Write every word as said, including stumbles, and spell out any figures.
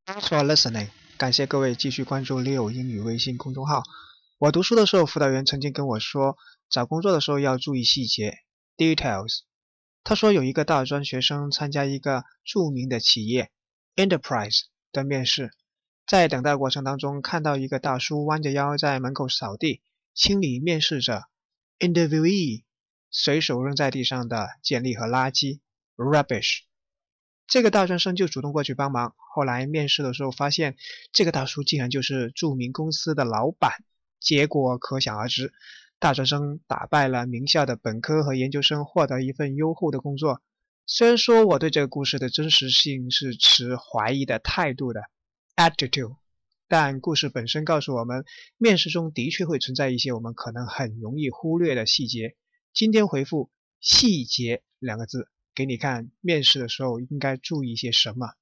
Thanks for listening，感谢各位继续关注 Leo 英语微信公众号。我读书的时候，辅导员曾经跟我说，找工作的时候要注意细节 details。他说有一个大专学生参加一个著名的企业 Enterprise 的面试，在等待过程当中，看到一个大叔弯着腰在门口扫地，清理面试者 interviewee 随手扔在地上的简历和垃圾 rubbish。这个大专生就主动过去帮忙，后来面试的时候发现这个大叔竟然就是著名公司的老板，结果可想而知，大专生打败了名校的本科和研究生，获得一份优厚的工作。虽然说我对这个故事的真实性是持怀疑的态度的 attitude， 但故事本身告诉我们，面试中的确会存在一些我们可能很容易忽略的细节。今天回复细节两个字，给你看面试的时候应该注意些什么。